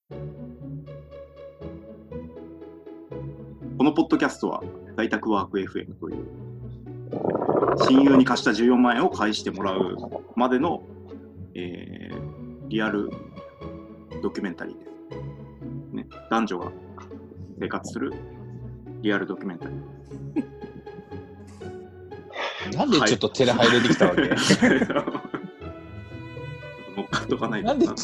このポッドキャストは在宅ワーク FM という親友に貸した14万円を返してもらうまでの、リアルドキュメンタリーです、ね。男女が生活するリアルドキュメンタリー。 なんでちょっとテラ入れてきたわけ、はい、 乗っかっとかないとなんでち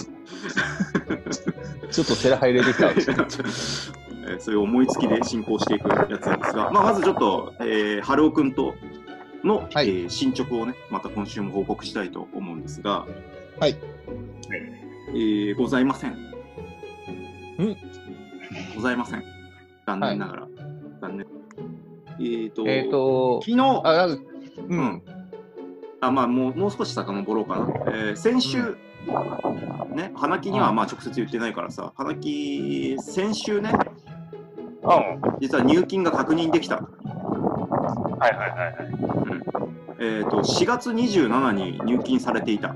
ょっとテラ入れてきたわけそういう思いつきで進行していくやつなんですが、まずちょっと、春尾くんとの、はい、進捗をね、また今週も報告したいと思うんですが、 はい。 ございません。ございません。残念ながら。はい、残念。昨日、もう少し遡ろうかな。先週、ね、花木には直接言ってないからさ、花木、先週ね、実は入金が確認できた。 はいはいはいはい。 4月27に入金されていた。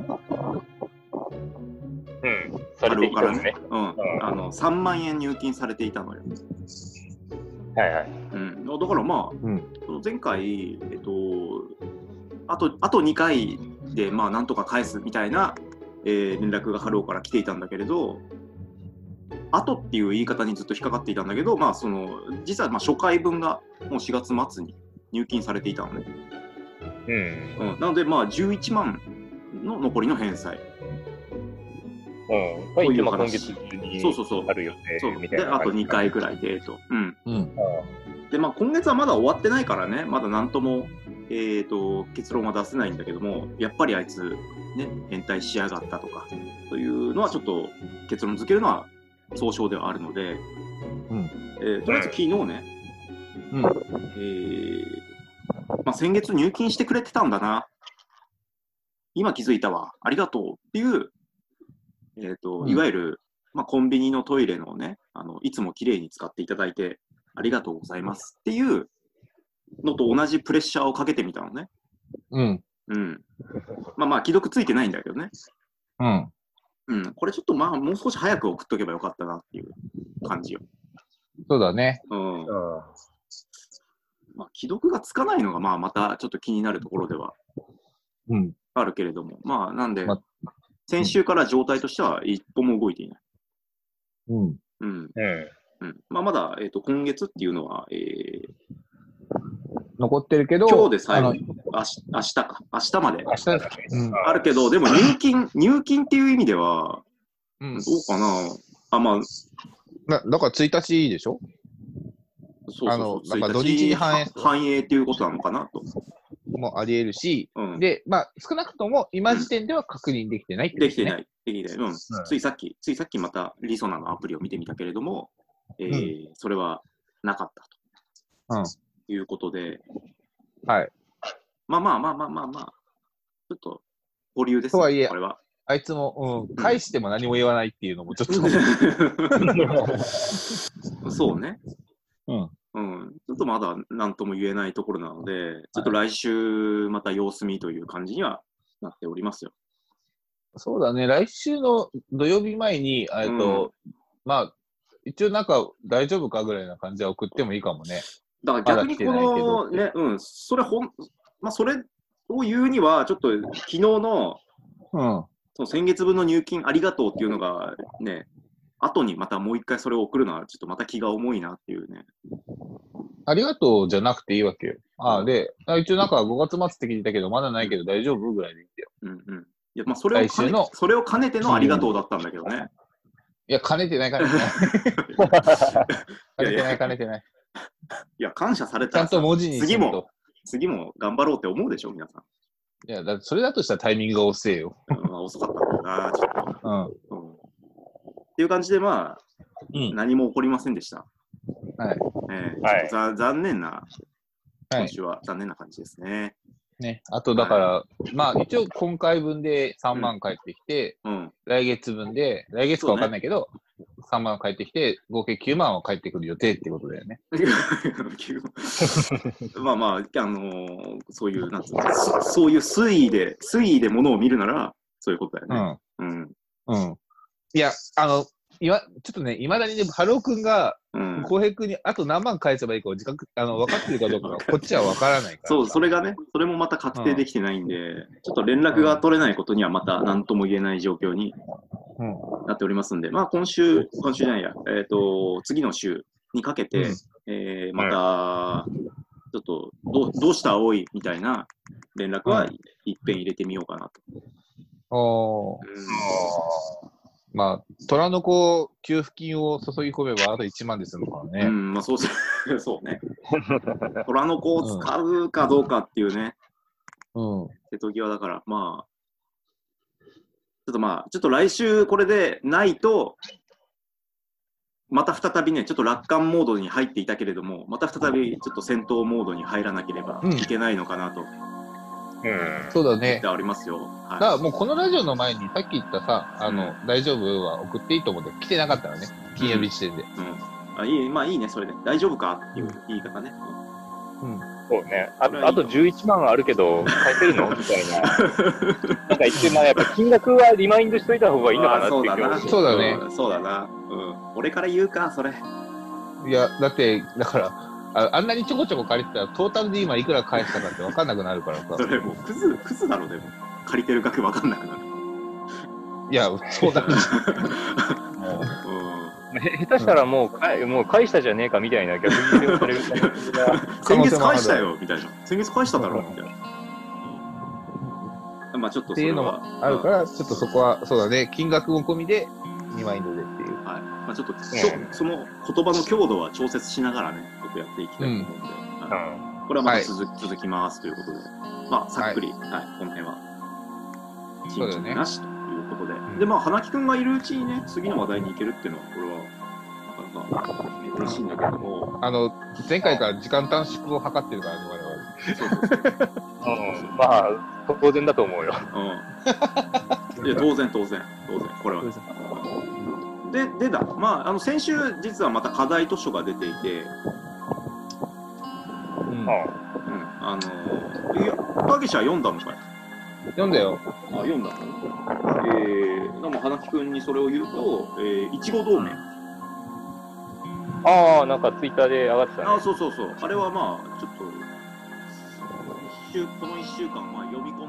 それからね。 3万円入金されていたのよ。 はいはい。 だから前回、あと2回でなんとか返すみたいな、連絡が春尾から来ていたんだけれど、あとっていう言い方にずっと引っかかっていたんだけど、実は初回分がもう4月末に入金されていたのね。なので11万の残りの返済。 という今月中にある予定みたいな。 で、あと2回ぐらいでと。で、今月はまだ終わってないからね、まだなんとも、結論は出せないんだけども、やっぱりあいつ、ね、延滞しやがったとか、というのはちょっと結論付けるのは総称ではあるので、とりあえず昨日ね、先月入金してくれてたんだな、今気づいたわ、ありがとうっていう、いわゆる、コンビニのトイレのね、いつもきれいに使っていただいてありがとうございますっていうのと同じプレッシャーをかけてみたのね。既読ついてないんだけどね。これちょっともう少し早く送っとけばよかったなっていう感じよ。 そうだね。 既読がつかないのがまたちょっと気になるところではあるけれども、なんで、先週から状態としては一歩も動いていない。まだ、今月っていうのは、 残ってるけど、 今日で最後、明日まであるけど、でも入金っていう意味では、どうかな。 だから1日でしょ。土日に反映っていうことなのかなと。 もあり得るし、で、少なくとも今時点では確認できてないってことですね。 できてない。ついさっきまたリソナのアプリを見てみたけれども、それはなかったということで、 はい。 ちょっと保留ですね、 とはいえ、 これは。 あいつも、返しても何も言わないっていうのもちょっと。 そうね。ちょっとまだ何とも言えないところなので、ちょっと来週また様子見という感じにはなっておりますよ。 そうだね、来週の土曜日前に、一応大丈夫かぐらいな感じは送ってもいいかもね。 だから逆にこのね、それを言うには、ちょっと昨日の、その先月分の入金ありがとうっていうのがね、後にまたもう一回それを送るのはちょっとまた気が重いなっていうね。 ありがとうじゃなくていいわけよ。で、一応5月末って聞いたけど、まだないけど大丈夫ぐらいでいいんだよ。 いや、それを兼ねてのありがとうだったんだけどね。 いや、兼ねてない。兼ねてない。 いや、感謝されたらちゃんと文字にすると次も頑張ろうって思うでしょ、皆さん。 いや、それだとしたらタイミングが遅えよ。 遅かったんだな、ちょっと。っていう感じで、何も起こりませんでした。残念な、今週は残念な感じですね。 あと、だから、一応今回分で3万返ってきて、来月分で、来月か分かんないけど、3万返ってきて、合計9万は返ってくる予定ってことだよね。 そういう、そういう推移でものを見るなら、そういうことだよね。 いや、 ちょっとね、いまだにね、春尾くんが、浩平くんにあと何万返せばいいかを分かってるかどうかが、こっちは分からないから。 そう、それがね、それもまた確定できてないんで、ちょっと連絡が取れないことにはまた何とも言えない状況になっておりますんで、まあ今週じゃないや、次の週にかけて、また、ちょっとどうした青いみたいな連絡は一遍入れてみようかなと。 まあ、虎の子給付金を注ぎ込めばあと1万で済むからね。 まあそうね。虎の子を使うかどうかっていうね、瀬戸際だから、まあ、ちょっと来週これでないと、また再びね、ちょっと楽観モードに入っていたけれども、また再びちょっと戦闘モードに入らなければいけないのかなと。 そうだね。 ありますよ。 だからもうこのラジオの前にさっき言ったさ、大丈夫は送っていいと思って来てなかったらね、金曜日時点で。 まあいいね、それで。大丈夫かっていう言い方ね。 そうね。あと11万あるけど、返せるのみたいな。なんか一応、やっぱ金額はリマインドしといた方がいいのかなっていう気が。 そうだね。 そうだな。俺から言うか、それ。 いや、だから、あんなにちょこちょこ借りてたら、トータルで今いくら返したかって分かんなくなるからさ。 それもう、クズだろ、でも。借りてる額分かんなくなる。 いや、そうだね。 下手したらもう返したじゃねえかみたいな逆に言われる。 先月返したよ、みたいな。先月返しただろ、みたいな。まあちょっとっていうのもあるから、ちょっとそこは、そうだね、金額も込みで、2万円でっていう。 はい。まあちょっと、その言葉の強度は調節しながらね、ちょっとやっていきたいと思うんで、これはまた続きますということで、まあさっくり、この辺は、 そうだよね。 なしということで。で、まあ、花木くんがいるうちにね、次の話題に行けるっていうのは、これは、なかなか嬉しいんだけども。 前回から時間短縮を図ってるからね、我 々。まあ、当然だと思うよ。 いや、当然、これは。でだ、まあ、先週、実はまた課題図書が出ていて、たけしは読んだのかい？ 読んだよ。 読んだ。でも花木くんにそれを言うと、いちご同盟。 なんかツイッターで上がってたね。 そう。あれはまあ、ちょっと、この1週間、まあ、読み込ん